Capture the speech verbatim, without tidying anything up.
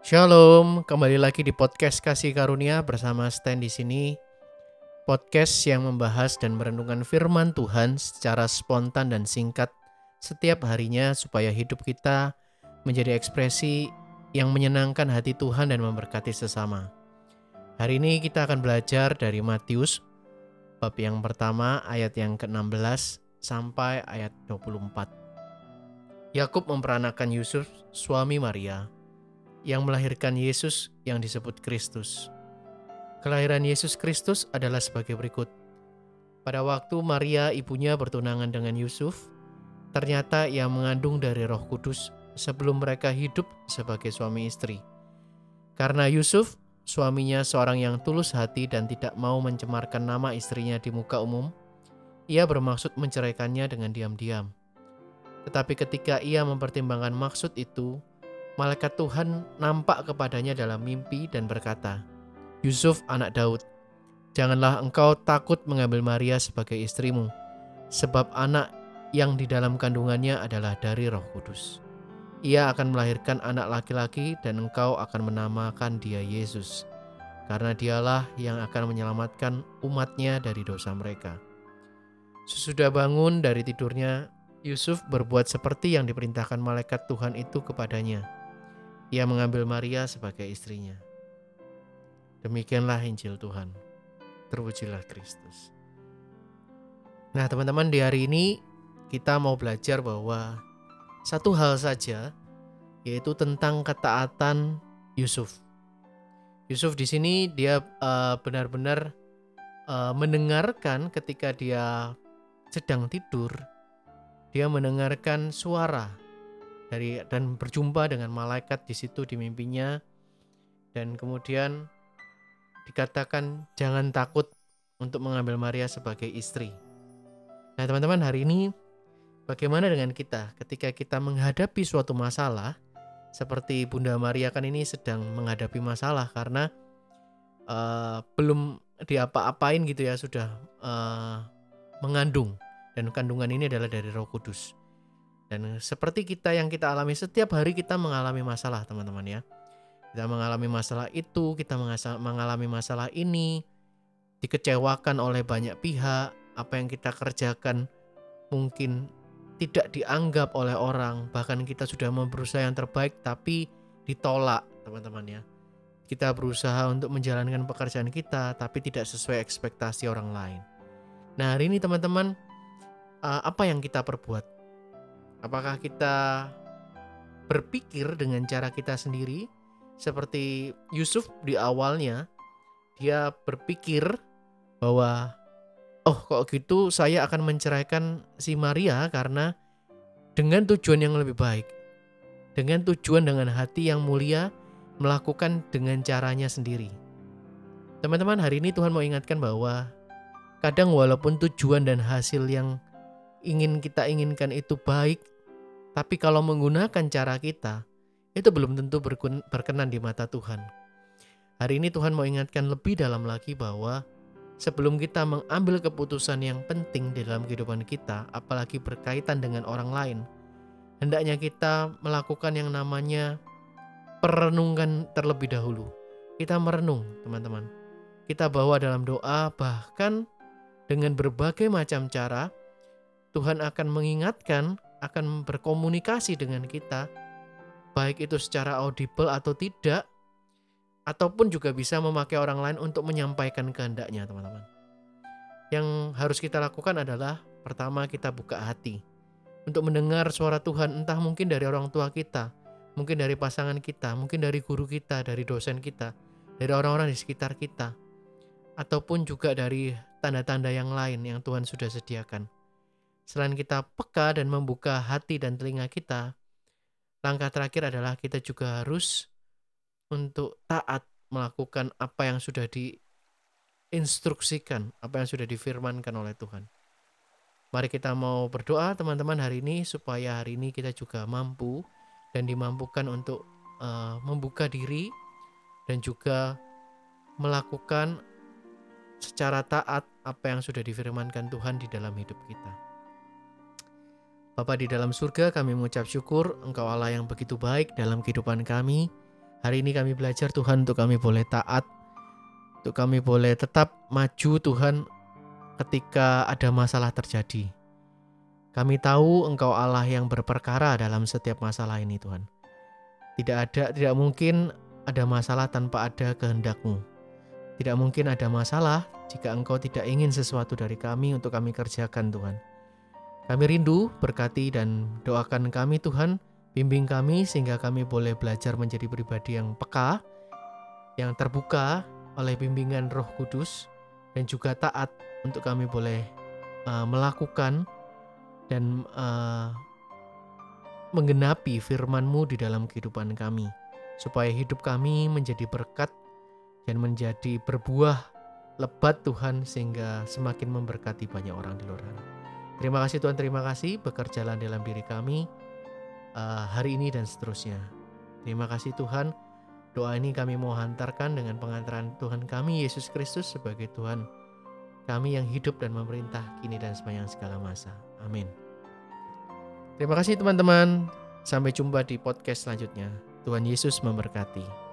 Shalom, kembali lagi di podcast Kasih Karunia bersama Stan di sini. Podcast yang membahas dan merenungkan firman Tuhan secara spontan dan singkat setiap harinya supaya hidup kita menjadi ekspresi yang menyenangkan hati Tuhan dan memberkati sesama. Hari ini kita akan belajar dari Matius bab yang pertama ayat yang ke enam belas sampai ayat dua puluh empat. Yakub memperanakan Yusuf, suami Maria, yang melahirkan Yesus yang disebut Kristus. Kelahiran Yesus Kristus adalah sebagai berikut. Pada waktu Maria ibunya bertunangan dengan Yusuf, ternyata ia mengandung dari Roh Kudus sebelum mereka hidup sebagai suami istri. Karena Yusuf, suaminya seorang yang tulus hati dan tidak mau mencemarkan nama istrinya di muka umum, ia bermaksud menceraikannya dengan diam-diam. Tetapi ketika ia mempertimbangkan maksud itu, malaikat Tuhan nampak kepadanya dalam mimpi dan berkata, "Yusuf anak Daud, janganlah engkau takut mengambil Maria sebagai istrimu, sebab anak yang di dalam kandungannya adalah dari Roh Kudus. Ia akan melahirkan anak laki-laki dan engkau akan menamakan dia Yesus, karena dialah yang akan menyelamatkan umatnya dari dosa mereka." Sesudah bangun dari tidurnya, Yusuf berbuat seperti yang diperintahkan malaikat Tuhan itu kepadanya. Ia mengambil Maria sebagai istrinya. Demikianlah Injil Tuhan. Terpujilah Kristus. Nah, teman-teman, di hari ini kita mau belajar bahwa satu hal saja, yaitu tentang ketaatan Yusuf. Yusuf di sini dia uh, benar-benar uh, mendengarkan ketika dia sedang tidur, dia mendengarkan suara dari dan berjumpa dengan malaikat di situ di mimpinya, dan kemudian dikatakan jangan takut untuk mengambil Maria sebagai istri. Nah, teman-teman, hari ini bagaimana dengan kita ketika kita menghadapi suatu masalah seperti Bunda Maria kan ini sedang menghadapi masalah karena uh, belum diapa-apain gitu ya, sudah uh, mengandung, dan kandungan ini adalah dari Roh Kudus. Dan seperti kita yang kita alami setiap hari, kita mengalami masalah, teman-teman ya. Kita mengalami masalah itu, kita mengalami masalah ini, dikecewakan oleh banyak pihak, apa yang kita kerjakan mungkin tidak dianggap oleh orang, bahkan kita sudah berusaha yang terbaik tapi ditolak, teman-teman ya. Kita berusaha untuk menjalankan pekerjaan kita tapi tidak sesuai ekspektasi orang lain. Nah, hari ini teman-teman, apa yang kita perbuat? Apakah kita berpikir dengan cara kita sendiri? Seperti Yusuf di awalnya, dia berpikir bahwa oh kok gitu saya akan menceraikan si Maria karena dengan tujuan yang lebih baik, dengan tujuan dengan hati yang mulia, melakukan dengan caranya sendiri. Teman-teman, hari ini Tuhan mau ingatkan bahwa kadang walaupun tujuan dan hasil yang ingin kita inginkan itu baik, tapi kalau menggunakan cara kita, itu belum tentu berkenan di mata Tuhan. Hari ini Tuhan mau ingatkan lebih dalam lagi bahwa sebelum kita mengambil keputusan yang penting di dalam kehidupan kita, apalagi berkaitan dengan orang lain, hendaknya kita melakukan yang namanya perenungan terlebih dahulu. Kita merenung, teman-teman. Kita bawa dalam doa, bahkan dengan berbagai macam cara, Tuhan akan mengingatkan, akan berkomunikasi dengan kita, baik itu secara audible atau tidak, ataupun juga bisa memakai orang lain untuk menyampaikan kehendaknya, teman-teman. Yang harus kita lakukan adalah, pertama, kita buka hati untuk mendengar suara Tuhan, entah mungkin dari orang tua kita, mungkin dari pasangan kita, mungkin dari guru kita, dari dosen kita, dari orang-orang di sekitar kita, ataupun juga dari tanda-tanda yang lain yang Tuhan sudah sediakan. Selain kita peka dan membuka hati dan telinga kita, langkah terakhir adalah kita juga harus untuk taat melakukan apa yang sudah diinstruksikan, apa yang sudah difirmankan oleh Tuhan. Mari kita mau berdoa, teman-teman, hari ini supaya hari ini kita juga mampu dan dimampukan untuk uh, membuka diri dan juga melakukan secara taat apa yang sudah difirmankan Tuhan di dalam hidup kita. Bapa di dalam surga, kami mengucap syukur Engkau Allah yang begitu baik dalam kehidupan kami. Hari ini kami belajar Tuhan untuk kami boleh taat, untuk kami boleh tetap maju Tuhan ketika ada masalah terjadi. Kami tahu Engkau Allah yang berperkara dalam setiap masalah ini Tuhan. Tidak ada, tidak mungkin ada masalah tanpa ada kehendak-Mu. Tidak mungkin ada masalah jika Engkau tidak ingin sesuatu dari kami untuk kami kerjakan Tuhan. Kami rindu, berkati dan doakan kami Tuhan, bimbing kami sehingga kami boleh belajar menjadi pribadi yang peka, yang terbuka oleh bimbingan Roh Kudus, dan juga taat untuk kami boleh uh, melakukan dan uh, menggenapi firman-Mu di dalam kehidupan kami, supaya hidup kami menjadi berkat dan menjadi berbuah lebat Tuhan, sehingga semakin memberkati banyak orang di luar sana. Terima kasih Tuhan, terima kasih bekerjalah dalam diri kami uh, hari ini dan seterusnya. Terima kasih Tuhan. Doa ini kami mau hantarkan dengan pengantaran Tuhan kami Yesus Kristus sebagai Tuhan kami yang hidup dan memerintah kini dan sepanjang segala masa. Amin. Terima kasih teman-teman. Sampai jumpa di podcast selanjutnya. Tuhan Yesus memberkati.